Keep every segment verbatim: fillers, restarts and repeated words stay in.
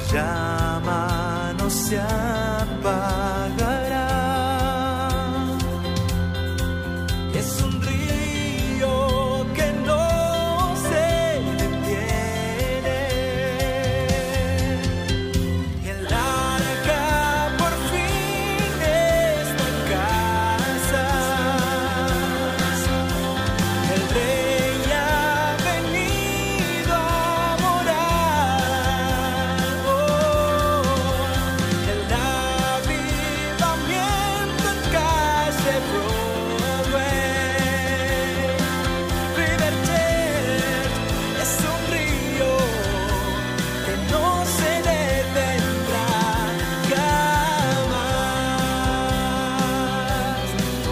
llama no se apagará. Es un río que no se detiene. Y el arca por fin está en casa. El rey ha venido a morar. Oh, el avivamiento en calle Broadway. River Church es un río que no se detendrá jamás. Oh,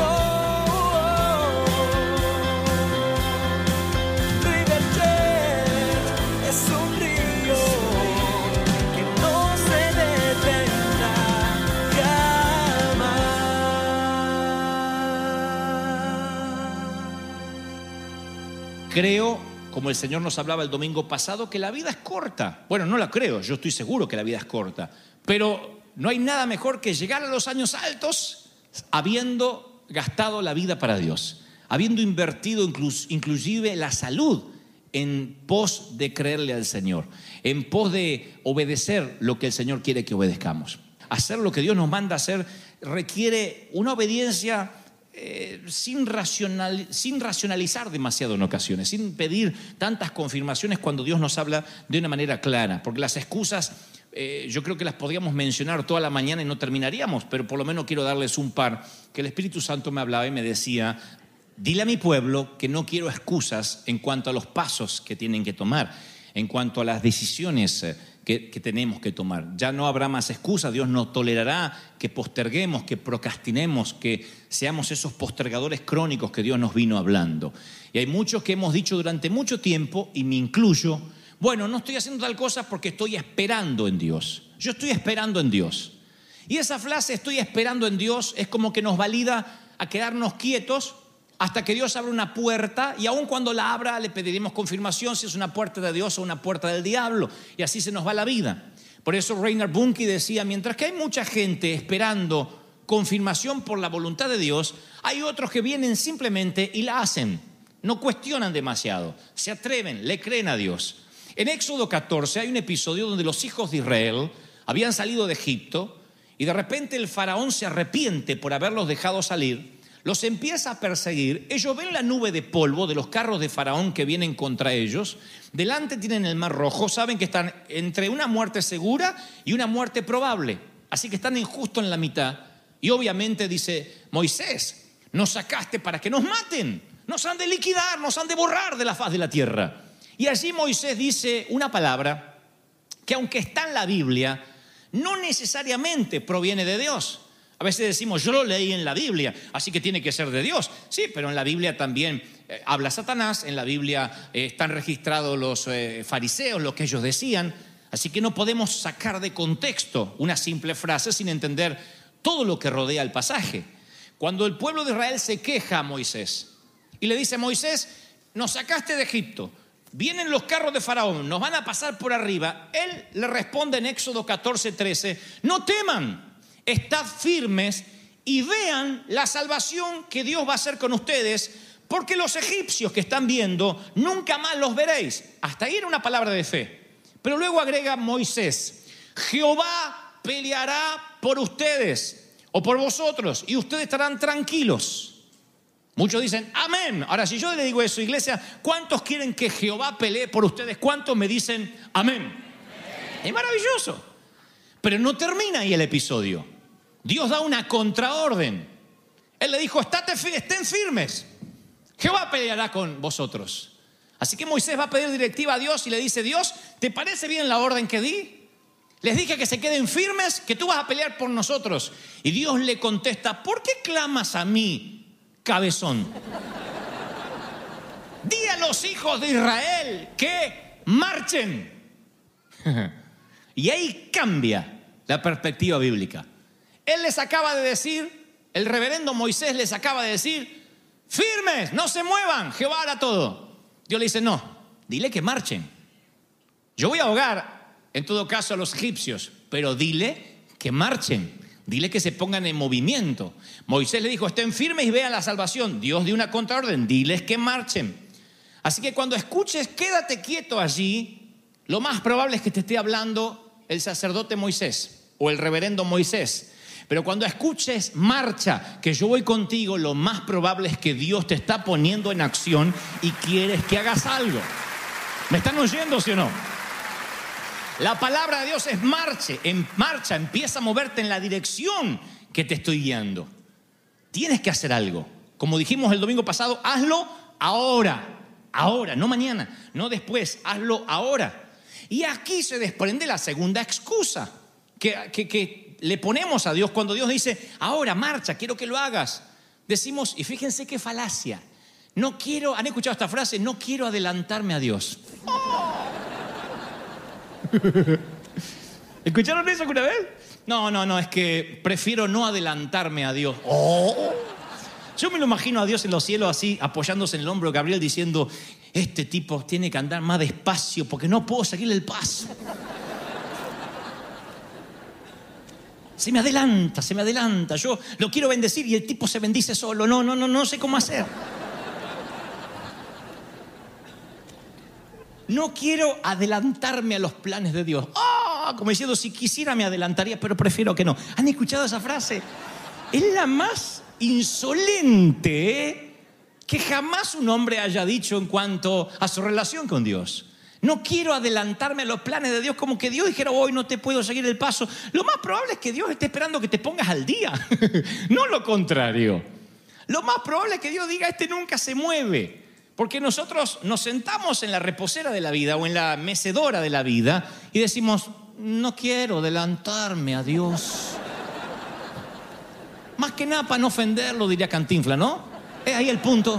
River Church es un río que no se detendrá jamás. Creo, como el Señor nos hablaba el domingo pasado, que la vida es corta. Bueno, no la creo, yo estoy seguro que la vida es corta. Pero no hay nada mejor que llegar a los años altos habiendo gastado la vida para Dios, habiendo invertido inclus- inclusive la salud en pos de creerle al Señor, en pos de obedecer lo que el Señor quiere que obedezcamos. Hacer lo que Dios nos manda hacer requiere una obediencia eh, sin, racional, sin racionalizar demasiado en ocasiones, sin pedir tantas confirmaciones cuando Dios nos habla de una manera clara, porque las excusas eh, yo creo que las podríamos mencionar toda la mañana y no terminaríamos, pero por lo menos quiero darles un par que el Espíritu Santo me hablaba y me decía: dile a mi pueblo que no quiero excusas en cuanto a los pasos que tienen que tomar, en cuanto a las decisiones eh, que, que tenemos que tomar. Ya no habrá más excusas. Dios no tolerará que posterguemos, que procrastinemos, que seamos esos postergadores crónicos que Dios nos vino hablando. Y hay muchos que hemos dicho durante mucho tiempo, y me incluyo: bueno, no estoy haciendo tal cosa porque estoy esperando en Dios. Yo estoy esperando en Dios. Y esa frase, estoy esperando en Dios, es como que nos valida a quedarnos quietos hasta que Dios abra una puerta, y aun cuando la abra le pediremos confirmación si es una puerta de Dios o una puerta del diablo, y así se nos va la vida. Por eso Reinhard Bonnke decía: mientras que hay mucha gente esperando confirmación por la voluntad de Dios, hay otros que vienen simplemente y la hacen, no cuestionan demasiado, se atreven, le creen a Dios. En Éxodo catorce hay un episodio donde los hijos de Israel habían salido de Egipto y de repente el faraón se arrepiente por haberlos dejado salir. Los empieza a perseguir. Ellos ven la nube de polvo de los carros de Faraón que vienen contra ellos. Delante tienen el Mar Rojo. Saben que están entre una muerte segura y una muerte probable. Así que están justo en la mitad. Y obviamente dice: Moisés, nos sacaste para que nos maten. Nos han de liquidar, nos han de borrar de la faz de la tierra. Y allí Moisés dice una palabra que, aunque está en la Biblia, no necesariamente proviene de Dios. A veces decimos: yo lo leí en la Biblia, así que tiene que ser de Dios. Sí, pero en la Biblia también eh, habla Satanás, en la Biblia eh, están registrados los eh, fariseos, lo que ellos decían. Así que no podemos sacar de contexto una simple frase sin entender todo lo que rodea el pasaje. Cuando el pueblo de Israel se queja a Moisés y le dice: Moisés, nos sacaste de Egipto, vienen los carros de Faraón, nos van a pasar por arriba. Él le responde en Éxodo catorce, trece: no teman, estad firmes y vean la salvación que Dios va a hacer con ustedes, porque los egipcios que están viendo nunca más los veréis. Hasta ahí era una palabra de fe. Pero luego agrega Moisés: Jehová peleará por ustedes o por vosotros y ustedes estarán tranquilos. Muchos dicen amén. Ahora, si yo le digo eso, iglesia, ¿cuántos quieren que Jehová pelee por ustedes? ¿Cuántos me dicen amén? Amén. Es maravilloso. Pero no termina ahí el episodio. Dios da una contraorden. Él le dijo: Estate, estén firmes, Jehová peleará con vosotros. Así que Moisés va a pedir directiva a Dios y le dice: Dios, ¿te parece bien la orden que di? Les dije que se queden firmes, que tú vas a pelear por nosotros. Y Dios le contesta: ¿por qué clamas a mí, cabezón? Di a los hijos de Israel que marchen. Y ahí cambia la perspectiva bíblica. Él les acaba de decir, el reverendo Moisés les acaba de decir: firmes, no se muevan, Jehová hará todo. Dios le dice: no, dile que marchen. Yo voy a ahogar en todo caso a los egipcios, pero dile que marchen, dile que se pongan en movimiento. Moisés le dijo, estén firmes y vean la salvación. Dios dio una contraorden, diles que marchen. Así que cuando escuches, quédate quieto allí, lo más probable es que te esté hablando el sacerdote Moisés o el reverendo Moisés. Pero cuando escuches, marcha, que yo voy contigo, lo más probable es que Dios te está poniendo en acción y quieres que hagas algo. ¿Me están oyendo, sí o no? La palabra de Dios es marche, en marcha, empieza a moverte en la dirección que te estoy guiando. Tienes que hacer algo. Como dijimos el domingo pasado, hazlo ahora, ahora, no mañana, no después, hazlo ahora. Y aquí se desprende la segunda excusa que, que, que le ponemos a Dios cuando Dios dice, ahora marcha, quiero que lo hagas. Decimos, y fíjense qué falacia, no quiero, ¿han escuchado esta frase? No quiero adelantarme a Dios. Oh. ¿Escucharon eso alguna vez? No, no, no, es que prefiero no adelantarme a Dios. Oh. Yo me lo imagino a Dios en los cielos así, apoyándose en el hombro de Gabriel diciendo, este tipo tiene que andar más despacio porque no puedo seguirle el paso. Se me adelanta, se me adelanta. Yo lo quiero bendecir y el tipo se bendice solo. No, no, no, no sé cómo hacer. No quiero adelantarme a los planes de Dios. ¡Oh! Como diciendo, si quisiera me adelantaría, pero prefiero que no. ¿Han escuchado esa frase? Es la más insolente, ¿eh?, que jamás un hombre haya dicho en cuanto a su relación con Dios. No quiero adelantarme a los planes de Dios, como que Dios dijera, hoy no te puedo seguir el paso. Lo más probable es que Dios esté esperando que te pongas al día, no lo contrario. Lo más probable es que Dios diga, este nunca se mueve. Porque nosotros nos sentamos en la reposera de la vida o en la mecedora de la vida y decimos, no quiero adelantarme a Dios. Más que nada para no ofenderlo, diría Cantinflas, ¿no? Es ahí el punto.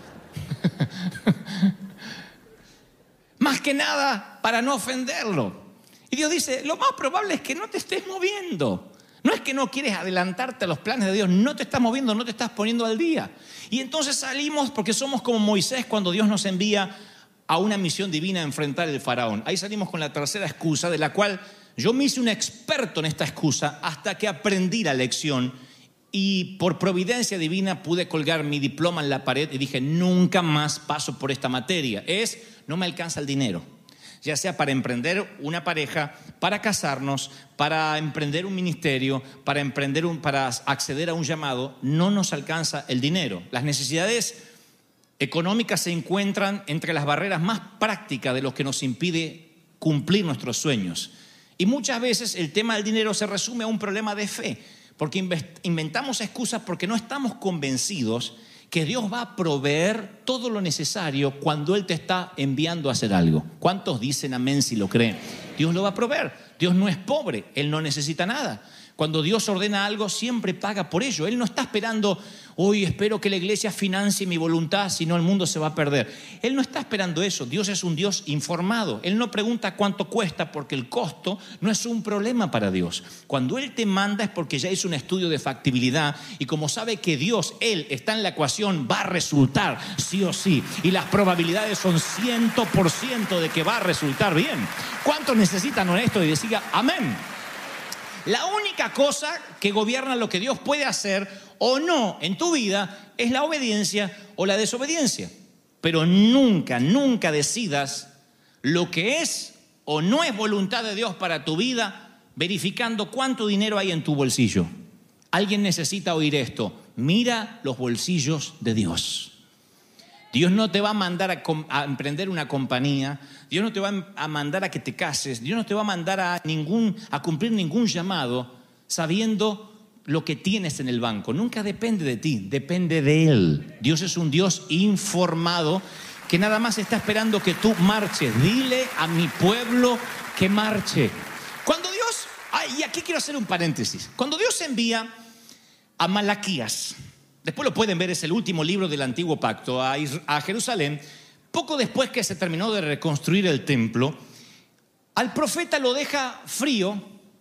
Más que nada para no ofenderlo. Y Dios dice, lo más probable es que no te estés moviendo. No es que no quieres adelantarte a los planes de Dios, no te estás moviendo, no te estás poniendo al día. Y entonces salimos porque somos como Moisés cuando Dios nos envía a una misión divina a enfrentar el faraón. Ahí salimos con la tercera excusa, de la cual yo me hice un experto en esta excusa hasta que aprendí la lección y por providencia divina pude colgar mi diploma en la pared y dije, nunca más paso por esta materia. Es, no me alcanza el dinero. Ya sea para emprender una pareja, para casarnos, para emprender un ministerio, para, emprender un, para acceder a un llamado, no nos alcanza el dinero. Las necesidades económicas se encuentran entre las barreras más prácticas de lo que nos impide cumplir nuestros sueños. Y muchas veces el tema del dinero se resume a un problema de fe, porque inventamos excusas porque no estamos convencidos que Dios va a proveer todo lo necesario cuando Él te está enviando a hacer algo. ¿Cuántos dicen amén si lo creen? Dios lo va a proveer. Dios no es pobre, Él no necesita nada. Cuando Dios ordena algo, siempre paga por ello. Él no está esperando, hoy espero que la iglesia financie mi voluntad, si no el mundo se va a perder. Él no está esperando eso. Dios es un Dios informado. Él no pregunta cuánto cuesta porque el costo no es un problema para Dios. Cuando Él te manda es porque ya hizo un estudio de factibilidad y como sabe que Dios, Él está en la ecuación, va a resultar sí o sí. Y las probabilidades son cien por ciento de que va a resultar bien. ¿Cuántos necesitan honesto y decir amén? La única cosa que gobierna lo que Dios puede hacer o no en tu vida es la obediencia o la desobediencia. Pero nunca, nunca decidas lo que es o no es voluntad de Dios para tu vida verificando cuánto dinero hay en tu bolsillo. Alguien necesita oír esto. Mira los bolsillos de Dios. Dios no te va a mandar a, a emprender una compañía. Dios no te va a mandar a que te cases. Dios no te va a mandar a, ningún, a cumplir ningún llamado sabiendo lo que tienes en el banco. Nunca depende de ti, depende de Él. Dios es un Dios informado que nada más está esperando que tú marches. Dile a mi pueblo que marche. Cuando Dios, ay, y aquí quiero hacer un paréntesis. Cuando Dios envía a Malaquías, después lo pueden ver, es el último libro del Antiguo Pacto, a, a Jerusalén, poco después que se terminó de reconstruir el templo, al profeta lo deja frío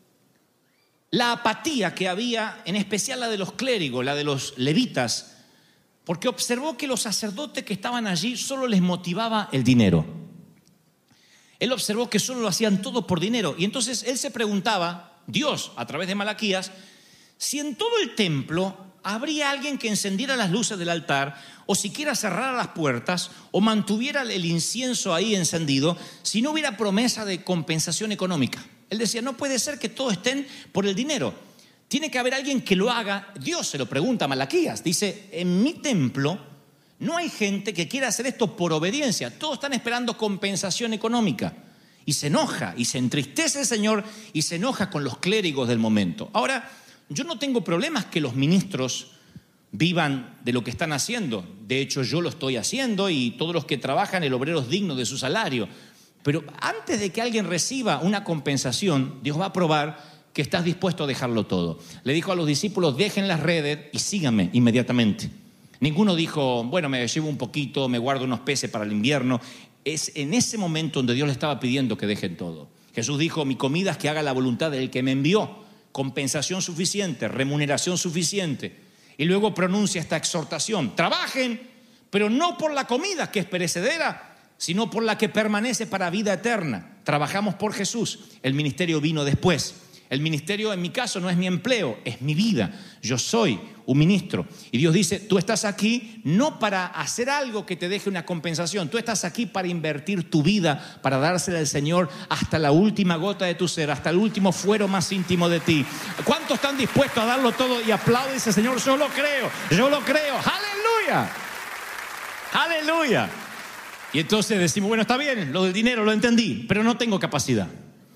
la apatía que había, en especial la de los clérigos, la de los levitas, porque observó que los sacerdotes que estaban allí solo les motivaba el dinero. él observó que solo lo hacían todo por dinero. Y entonces él se preguntaba, Dios, a través de Malaquías, si en todo el templo habría alguien que encendiera las luces del altar, o siquiera cerrara las puertas, o mantuviera el incienso ahí encendido, si no hubiera promesa de compensación económica. Él decía, no puede ser que todos estén por el dinero. Tiene que haber alguien que lo haga. Dios se lo pregunta a Malaquías. Dice, en mi templo no hay gente que quiera hacer esto por obediencia. Todos están esperando compensación económica. Y se enoja, y se entristece el Señor, y se enoja con los clérigos del momento. Ahora, yo no tengo problemas que los ministros vivan de lo que están haciendo. De hecho, yo lo estoy haciendo, y todos los que trabajan, el obrero es digno de su salario. Pero antes de que alguien reciba una compensación, Dios va a probar que estás dispuesto a dejarlo todo. Le dijo a los discípulos, dejen las redes y síganme inmediatamente. Ninguno dijo, bueno, me llevo un poquito, me guardo unos peces para el invierno. Es en ese momento donde Dios le estaba pidiendo que dejen todo. Jesús dijo, mi comida es que haga la voluntad del que me envió. Compensación suficiente, remuneración suficiente. Y luego pronuncia esta exhortación, trabajen, pero no por la comida que es perecedera, sino por la que permanece para vida eterna. Trabajamos por Jesús. El ministerio vino después. El ministerio, en mi caso, no es mi empleo, es mi vida. Yo soy un ministro. Y Dios dice, tú estás aquí no para hacer algo que te deje una compensación. Tú estás aquí para invertir tu vida, para dársela al Señor hasta la última gota de tu ser, hasta el último fuero más íntimo de ti. ¿Cuántos están dispuestos a darlo todo y aplauden ese Señor? Yo lo creo, yo lo creo. ¡Aleluya! ¡Aleluya! Y entonces decimos, bueno, está bien, lo del dinero lo entendí, pero no tengo capacidad.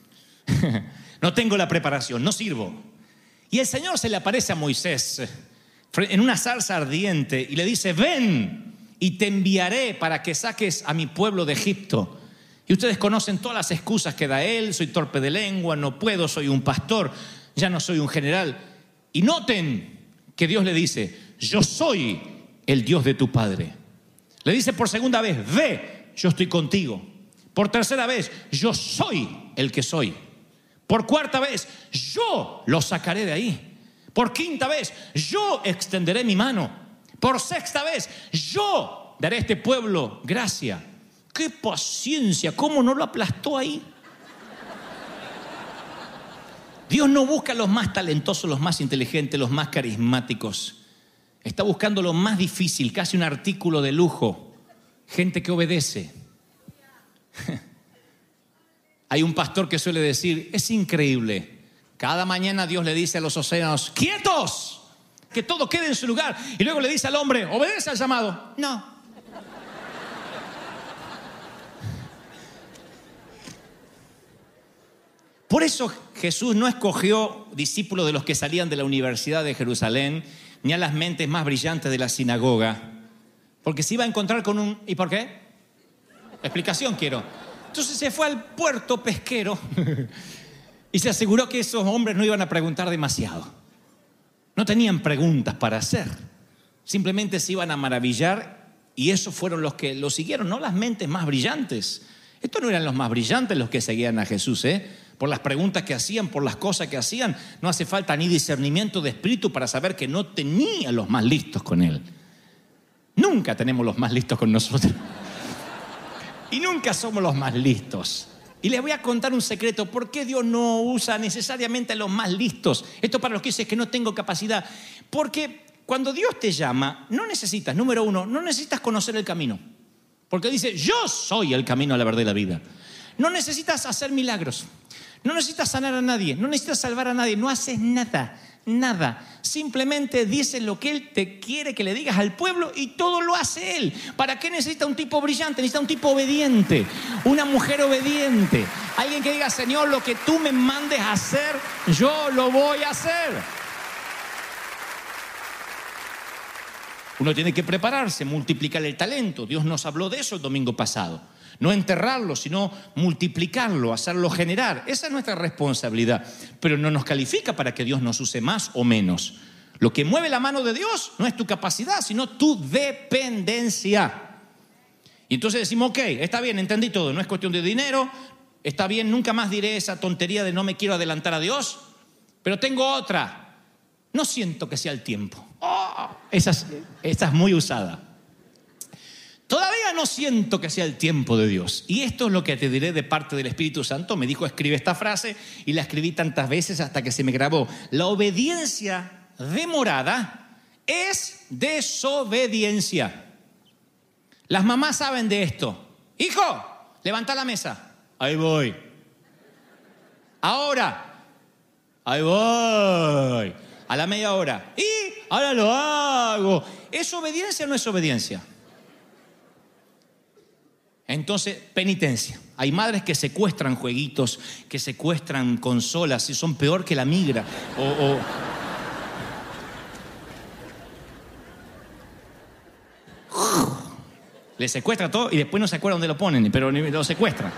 No tengo la preparación, no sirvo. Y el Señor se le aparece a Moisés en una zarza ardiente y le dice, ven y te enviaré para que saques a mi pueblo de Egipto. Y ustedes conocen todas las excusas que da él, soy torpe de lengua, no puedo, soy un pastor, ya no soy un general. Y noten que Dios le dice, yo soy el Dios de tu padre. Le dice por segunda vez, ve, yo estoy contigo. Por tercera vez, yo soy el que soy. Por cuarta vez, yo lo sacaré de ahí. Por quinta vez, yo extenderé mi mano. Por sexta vez, yo daré a este pueblo gracia. ¡Qué paciencia! ¿Cómo no lo aplastó ahí? Dios no busca a los más talentosos, los más inteligentes, los más carismáticos. Está buscando lo más difícil, casi un artículo de lujo. Gente que obedece. Hay un pastor que suele decir, es increíble. Cada mañana Dios le dice a los océanos, ¡quietos! Que todo quede en su lugar. Y luego le dice al hombre, obedece al llamado. No. Por eso Jesús no escogió discípulos de los que salían de la Universidad de Jerusalén, ni a las mentes más brillantes de la sinagoga. Porque se iba a encontrar con un... ¿Y por qué? Explicación quiero. Entonces se fue al puerto pesquero y se aseguró que esos hombres no iban a preguntar demasiado. No tenían preguntas para hacer. Simplemente se iban a maravillar y esos fueron los que lo siguieron, no las mentes más brillantes. Estos no eran los más brillantes los que seguían a Jesús, ¿eh? Por las preguntas que hacían, por las cosas que hacían. No hace falta ni discernimiento de espíritu para saber que no tenía los más listos con él. Nunca tenemos los más listos con nosotros. Y nunca somos los más listos. Y les voy a contar un secreto. ¿Por qué Dios no usa necesariamente a los más listos? Esto para los que dicen que no tengo capacidad. Porque cuando Dios te llama, no necesitas, número uno, no necesitas conocer el camino. Porque dice, yo soy el camino a la verdad y la vida. No necesitas hacer milagros. No necesitas sanar a nadie. No necesitas salvar a nadie. No haces nada. Nada, simplemente dice lo que Él te quiere que le digas al pueblo y todo lo hace Él. ¿Para qué necesita un tipo brillante? Necesita un tipo obediente, una mujer obediente, alguien que diga, Señor, lo que tú me mandes a hacer, yo lo voy a hacer. Uno tiene que prepararse, multiplicar el talento. Dios nos habló de eso el domingo pasado. No enterrarlo, sino multiplicarlo, hacerlo generar. Esa es nuestra responsabilidad. Pero no nos califica para que Dios nos use más o menos. Lo que mueve la mano de Dios no es tu capacidad, sino tu dependencia. Y entonces decimos, ok, está bien, entendí todo. No es cuestión de dinero. Está bien, nunca más diré esa tontería de no me quiero adelantar a Dios. Pero tengo otra. No siento que sea el tiempo. Oh, esa, es, esa es muy usada. Todavía no siento que sea el tiempo de Dios. Y esto es lo que te diré de parte del Espíritu Santo. Me dijo, escribe esta frase, y la escribí tantas veces hasta que se me grabó. La obediencia demorada es desobediencia. Las mamás saben de esto. Hijo, levanta la mesa. Ahí voy. Ahora. Ahí voy. A la media hora. Y ahora lo hago. ¿Es obediencia o no es obediencia? Entonces, penitencia. Hay madres que secuestran jueguitos, que secuestran consolas y son peor que la migra. O, o... Le secuestra todo y después no se acuerdan dónde lo ponen, pero lo secuestran.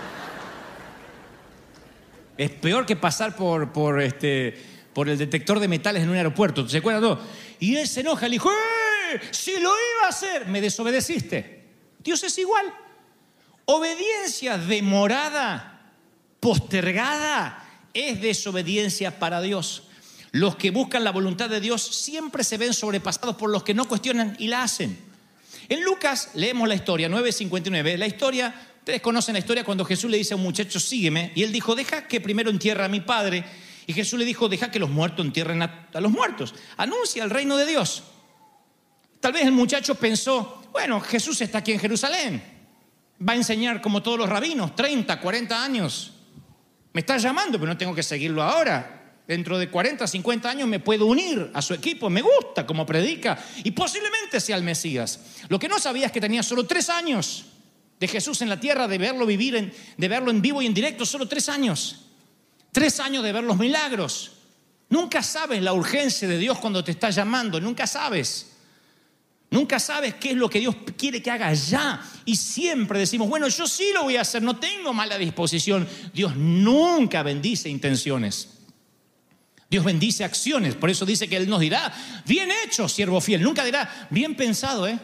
Es peor que pasar por, por, este, por el detector de metales en un aeropuerto. Se acuerdan todo. Y él se enoja, le dijo, ¡eh! Si lo iba a hacer, me desobedeciste. Dios es igual. Obediencia demorada, postergada, es desobediencia para Dios. Los que buscan la voluntad de Dios siempre se ven sobrepasados por los que no cuestionan y la hacen. En Lucas leemos la historia, nueve cincuenta y nueve. La historia, ustedes conocen la historia cuando Jesús le dice a un muchacho, sígueme. Y él dijo, deja que primero entierre a mi padre. Y Jesús le dijo, deja que los muertos entierren a, a los muertos. Anuncia el reino de Dios. Tal vez el muchacho pensó, bueno, Jesús está aquí en Jerusalén. Va a enseñar como todos los rabinos, treinta, cuarenta años. Me está llamando, pero no tengo que seguirlo ahora. Dentro de cuarenta, cincuenta años me puedo unir a su equipo. Me gusta como predica y posiblemente sea el Mesías. Lo que no sabía es que tenía solo tres años de Jesús en la tierra, de verlo vivir, en, de verlo en vivo y en directo. Solo tres años. Tres años de ver los milagros. Nunca sabes la urgencia de Dios cuando te está llamando. Nunca sabes. Nunca sabes qué es lo que Dios quiere que hagas ya. Y siempre decimos, bueno, yo sí lo voy a hacer, no tengo mala disposición. Dios nunca bendice intenciones. Dios bendice acciones. Por eso dice que Él nos dirá, bien hecho, siervo fiel. Nunca dirá, bien pensado, ¿eh?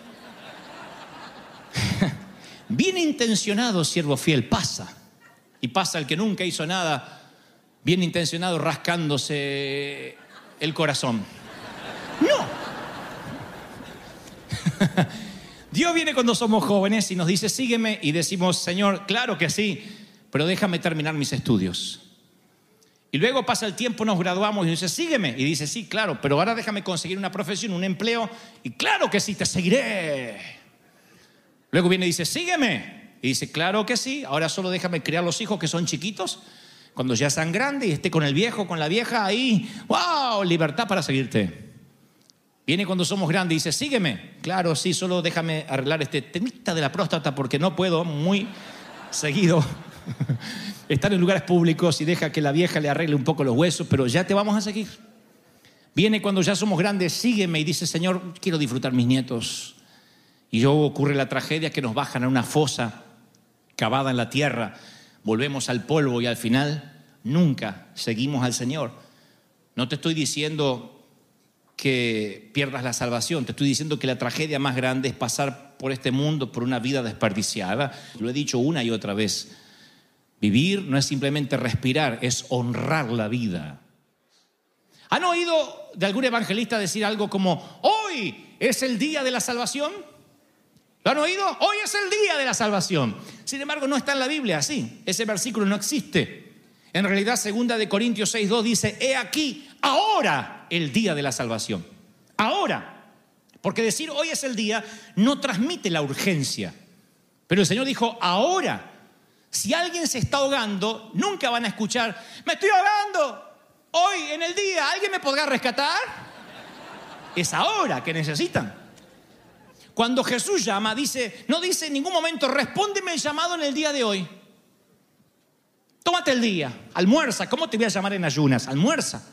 Bien intencionado, siervo fiel, pasa. Y pasa el que nunca hizo nada, bien intencionado, rascándose el corazón. No. Dios viene cuando somos jóvenes y nos dice, sígueme, y decimos, Señor, claro que sí, pero déjame terminar mis estudios. Y luego pasa el tiempo, nos graduamos y dice, sígueme, y dice, sí, claro, pero ahora déjame conseguir una profesión, un empleo, y claro que sí, te seguiré. Luego viene y dice, sígueme, y dice, claro que sí, ahora solo déjame criar los hijos que son chiquitos, cuando ya sean grandes y esté con el viejo, con la vieja, ahí, wow, libertad para seguirte. Viene cuando somos grandes y dice, sígueme. Claro, sí, solo déjame arreglar este temita de la próstata porque no puedo muy seguido estar en lugares públicos y deja que la vieja le arregle un poco los huesos, pero ya te vamos a seguir. Viene cuando ya somos grandes, sígueme, y dice, Señor, quiero disfrutar mis nietos. Y luego ocurre la tragedia que nos bajan a una fosa cavada en la tierra, volvemos al polvo y al final nunca seguimos al Señor. No te estoy diciendo que pierdas la salvación, te estoy diciendo que la tragedia más grande es pasar por este mundo por una vida desperdiciada. Lo he dicho una y otra vez. Vivir no es simplemente respirar, es honrar la vida. ¿Han oído de algún evangelista decir algo como, hoy es el día de la salvación? ¿Lo han oído? Hoy es el día de la salvación. Sin embargo, no está en la Biblia así. Ese versículo no existe. En realidad, segunda de Corintios seis dos dice, he aquí, ahora el día de la salvación. Ahora. Porque decir hoy es el día no transmite la urgencia. Pero el Señor dijo, ahora. Si alguien se está ahogando, nunca van a escuchar, me estoy ahogando. Hoy en el día, ¿alguien me podrá rescatar? Es ahora que necesitan. Cuando Jesús llama, dice, no dice en ningún momento, respóndeme el llamado en el día de hoy. Tómate el día, almuerza. ¿Cómo te voy a llamar en ayunas? Almuerza.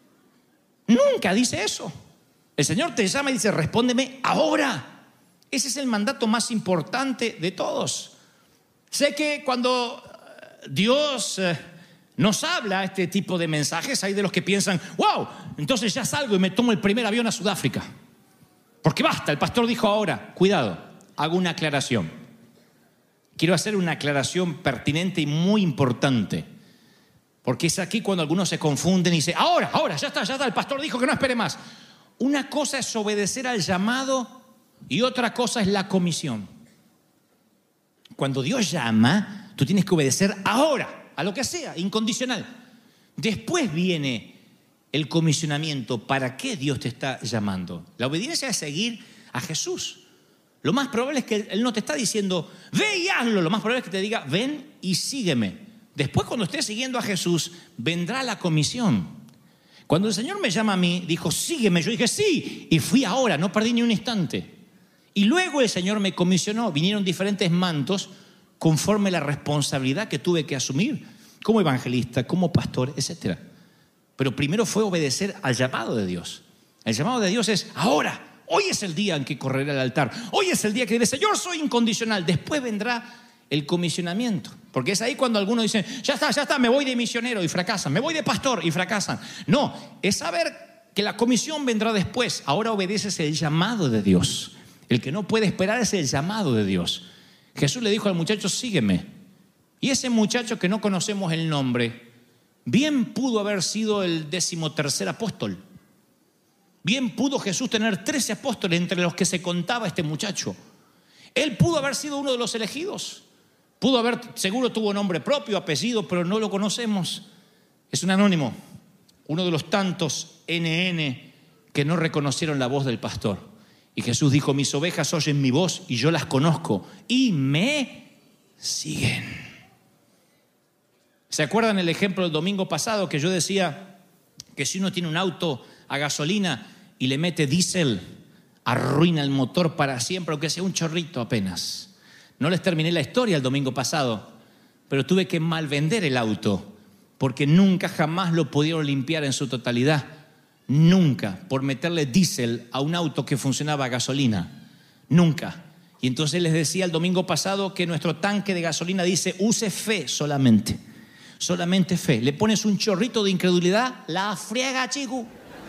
Nunca dice eso. El Señor te llama y dice, respóndeme ahora. Ese es el mandato más importante de todos. Sé que cuando Dios nos habla este tipo de mensajes, hay de los que piensan, wow, entonces ya salgo y me tomo el primer avión a Sudáfrica. Porque basta, el pastor dijo ahora. Cuidado, hago una aclaración. Quiero hacer una aclaración pertinente y muy importante. Porque es aquí cuando algunos se confunden y dicen, ahora, ahora, ya está, ya está, el pastor dijo que no espere más. Una cosa es obedecer al llamado y otra cosa es la comisión. Cuando Dios llama, tú tienes que obedecer ahora, a lo que sea, incondicional. Después viene el comisionamiento. ¿Para qué Dios te está llamando? La obediencia es seguir a Jesús. Lo más probable es que Él no te está diciendo, ve y hazlo. Lo más probable es que te diga, ven y sígueme. Después, cuando estés siguiendo a Jesús, vendrá la comisión. Cuando el Señor me llama a mí, dijo, sígueme. Yo dije, sí, y fui ahora, no perdí ni un instante. Y luego el Señor me comisionó. Vinieron diferentes mantos conforme a la responsabilidad que tuve que asumir como evangelista, como pastor, etcétera. Pero primero fue obedecer al llamado de Dios. El llamado de Dios es ahora. Hoy es el día en que correré al altar. Hoy es el día que diré, Señor, soy incondicional. Después vendrá el comisionamiento. Porque es ahí cuando algunos dicen, ya está, ya está, me voy de misionero y fracasan. Me voy de pastor y fracasan. No, es saber que la comisión vendrá después. Ahora obedeces el llamado de Dios. El que no puede esperar es el llamado de Dios. Jesús le dijo al muchacho, sígueme. Y ese muchacho que no conocemos el nombre, bien pudo haber sido el decimotercer apóstol. Bien pudo Jesús tener trece apóstoles entre los que se contaba este muchacho. Él pudo haber sido uno de los elegidos. Pudo haber, seguro tuvo nombre propio, apellido, pero no lo conocemos. Es un anónimo. Uno de los tantos ene ene que no reconocieron la voz del pastor. Y Jesús dijo, mis ovejas oyen mi voz y yo las conozco y me siguen. ¿Se acuerdan el ejemplo del domingo pasado que yo decía que si uno tiene un auto a gasolina y le mete diésel, arruina el motor para siempre, aunque sea un chorrito apenas? No les terminé la historia el domingo pasado, pero tuve que malvender el auto porque nunca jamás lo pudieron limpiar en su totalidad. Nunca, por meterle diésel a un auto que funcionaba a gasolina. Nunca. Y entonces les decía el domingo pasado que nuestro tanque de gasolina dice, use fe solamente. Solamente fe. Le pones un chorrito de incredulidad, la friega, chico.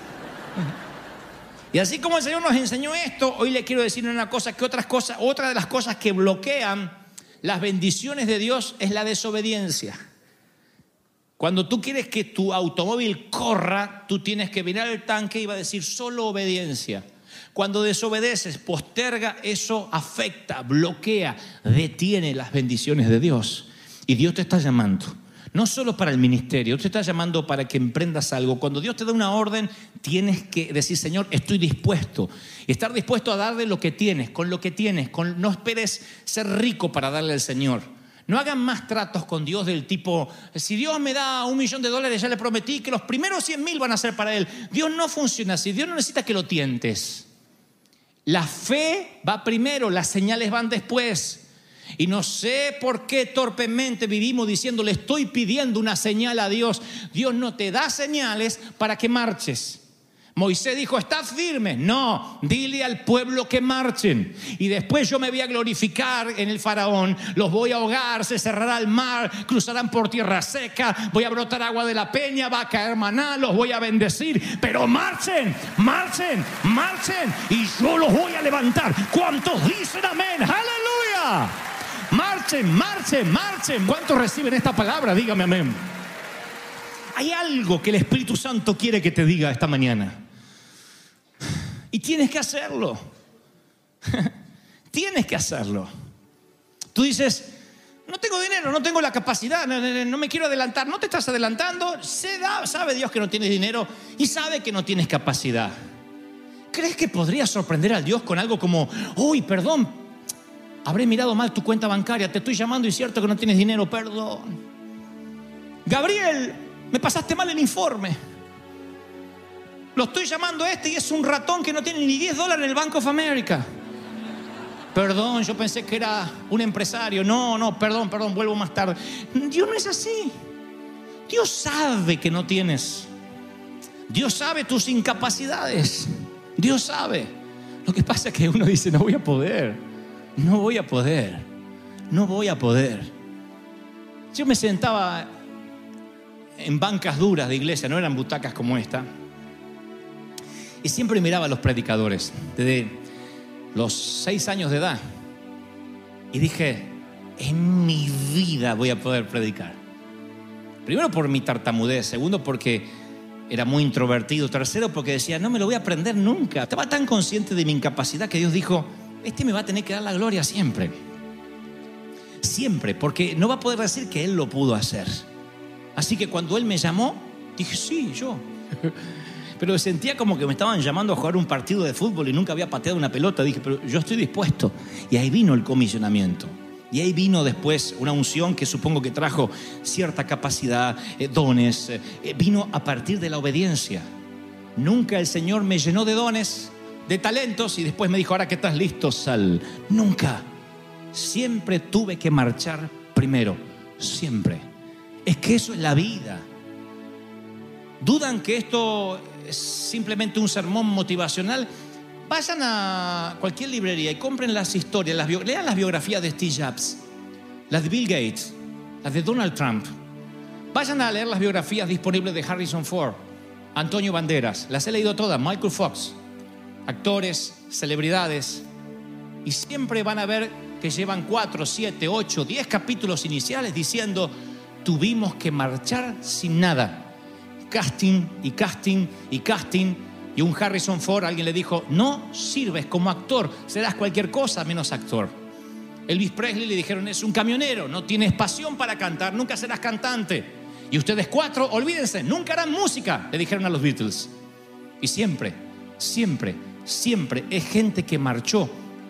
Y así como el Señor nos enseñó esto, hoy le quiero decir una cosa, que otras cosas, otra de las cosas que bloquean las bendiciones de Dios es la desobediencia. Cuando tú quieres que tu automóvil corra, tú tienes que mirar el tanque y va a decir solo obediencia. Cuando desobedeces, posterga, eso afecta, bloquea, detiene las bendiciones de Dios. Y Dios te está llamando, no solo para el ministerio, Dios te está llamando para que emprendas algo. Cuando Dios te da una orden, tienes que decir, Señor, estoy dispuesto. Y estar dispuesto a darle lo que tienes, con lo que tienes. Con, no esperes ser rico para darle al Señor. No hagan más tratos con Dios del tipo, si Dios me da un millón de dólares, ya le prometí que los primeros cien mil van a ser para Él. Dios no funciona así. Dios no necesita que lo tientes. La fe va primero, las señales van después. Y no sé por qué torpemente vivimos diciendo, le estoy pidiendo una señal a Dios. Dios no te da señales para que marches. Moisés dijo, estad firme. No, dile al pueblo que marchen. Y después yo me voy a glorificar en el faraón. Los voy a ahogar, se cerrará el mar, cruzarán por tierra seca. Voy a brotar agua de la peña, va a caer maná, los voy a bendecir. Pero marchen, marchen, marchen. Y yo los voy a levantar. ¿Cuántos dicen amén? ¡Aleluya! Marchen, marchen, marchen. ¿Cuántos reciben esta palabra? Dígame amén. Hay algo que el Espíritu Santo quiere que te diga esta mañana. Y tienes que hacerlo. Tienes que hacerlo. Tú dices, no tengo dinero, no tengo la capacidad, no, no, no me quiero adelantar. No te estás adelantando. Se da, sabe Dios que no tienes dinero y sabe que no tienes capacidad. ¿Crees que podrías sorprender a Dios con algo como, uy, perdón, habré mirado mal tu cuenta bancaria, te estoy llamando y es cierto que no tienes dinero, perdón. Gabriel, me pasaste mal el informe. Lo estoy llamando a este y es un ratón que no tiene ni diez dólares en el Bank of America. Perdón, yo pensé que era un empresario. No, no, perdón, perdón, vuelvo más tarde. Dios no es así. Dios sabe que no tienes. Dios sabe tus incapacidades. Dios sabe. Lo que pasa es que uno dice, no voy a poder. No voy a poder. No voy a poder. Yo me sentaba en bancas duras de iglesia, no eran butacas como esta. Y siempre miraba a los predicadores desde los seis años de edad. Y dije, en mi vida voy a poder predicar. Primero por mi tartamudez, segundo porque era muy introvertido, tercero porque decía, no me lo voy a aprender nunca. Estaba tan consciente de mi incapacidad que Dios dijo, este me va a tener que dar la gloria siempre. Siempre, porque no va a poder decir que Él lo pudo hacer. Así que cuando Él me llamó, dije, sí, yo. Pero sentía como que me estaban llamando a jugar un partido de fútbol y nunca había pateado una pelota. Dije, pero yo estoy dispuesto. Y ahí vino el comisionamiento. Y ahí vino después una unción que supongo que trajo cierta capacidad, eh, dones. Eh, vino a partir de la obediencia. Nunca el Señor me llenó de dones, de talentos y después me dijo, ahora que estás listo, sal. Nunca. Siempre tuve que marchar primero. Siempre. Es que eso es la vida. ¿Dudan que esto es simplemente un sermón motivacional? Vayan a cualquier librería y compren las historias, las bio- lean las biografías de Steve Jobs, las de Bill Gates, las de Donald Trump. Vayan a leer las biografías disponibles de Harrison Ford, Antonio Banderas. Las he leído todas, Michael Fox. Actores, celebridades. Y siempre van a ver que llevan cuatro, siete, ocho, diez capítulos iniciales diciendo, tuvimos que marchar sin nada. Casting y casting y casting. Y un Harrison Ford, alguien le dijo, no sirves como actor, serás cualquier cosa menos actor. Elvis Presley le dijeron, es un camionero, no tienes pasión para cantar, nunca serás cantante. Y ustedes cuatro, olvídense, nunca harán música, le dijeron a los Beatles. Y siempre, siempre, siempre es gente que marchó,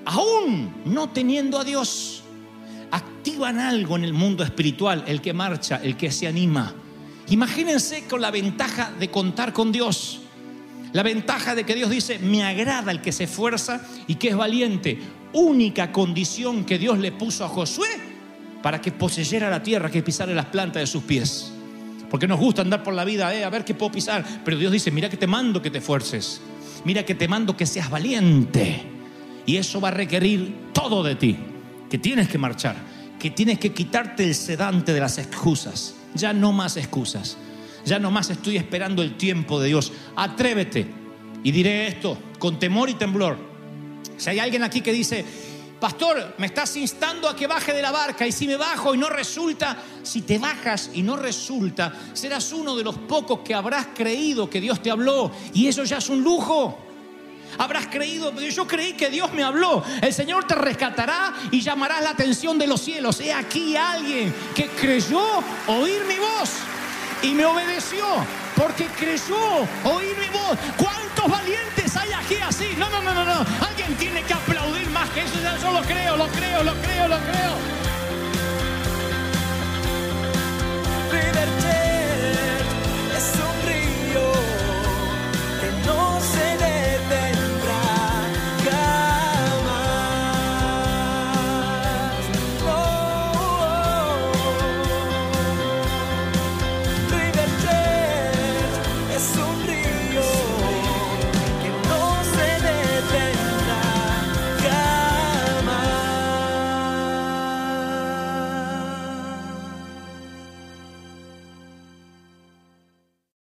aún no teniendo a Dios. Activan algo en el mundo espiritual, el que marcha, el que se anima. Imagínense con la ventaja de contar con Dios. La ventaja de que Dios dice, me agrada el que se esfuerza y que es valiente. Única condición que Dios le puso a Josué para que poseyera la tierra, que pisara las plantas de sus pies. Porque nos gusta andar por la vida, eh, a ver qué puedo pisar. Pero Dios dice, mira que te mando que te esfuerces. Mira que te mando que seas valiente. Y eso va a requerir todo de ti. Que tienes que marchar. Que tienes que quitarte el sedante de las excusas. Ya no más excusas. Ya no más estoy esperando el tiempo de Dios. Atrévete. Y diré esto con temor y temblor. Si hay alguien aquí que dice, pastor, me estás instando a que baje de la barca, y si me bajo y no resulta, si te bajas y no resulta, serás uno de los pocos que habrás creído que Dios te habló, y eso ya es un lujo. Habrás creído, yo creí que Dios me habló. El Señor te rescatará y llamarás la atención de los cielos. He aquí alguien que creyó oír mi voz y me obedeció, porque creyó oír mi voz. ¿Cuántos valientes hay aquí así? No, no, no, no, no. Alguien tiene que aplaudir más que eso. Yo lo creo, lo creo, lo creo, lo creo. River Church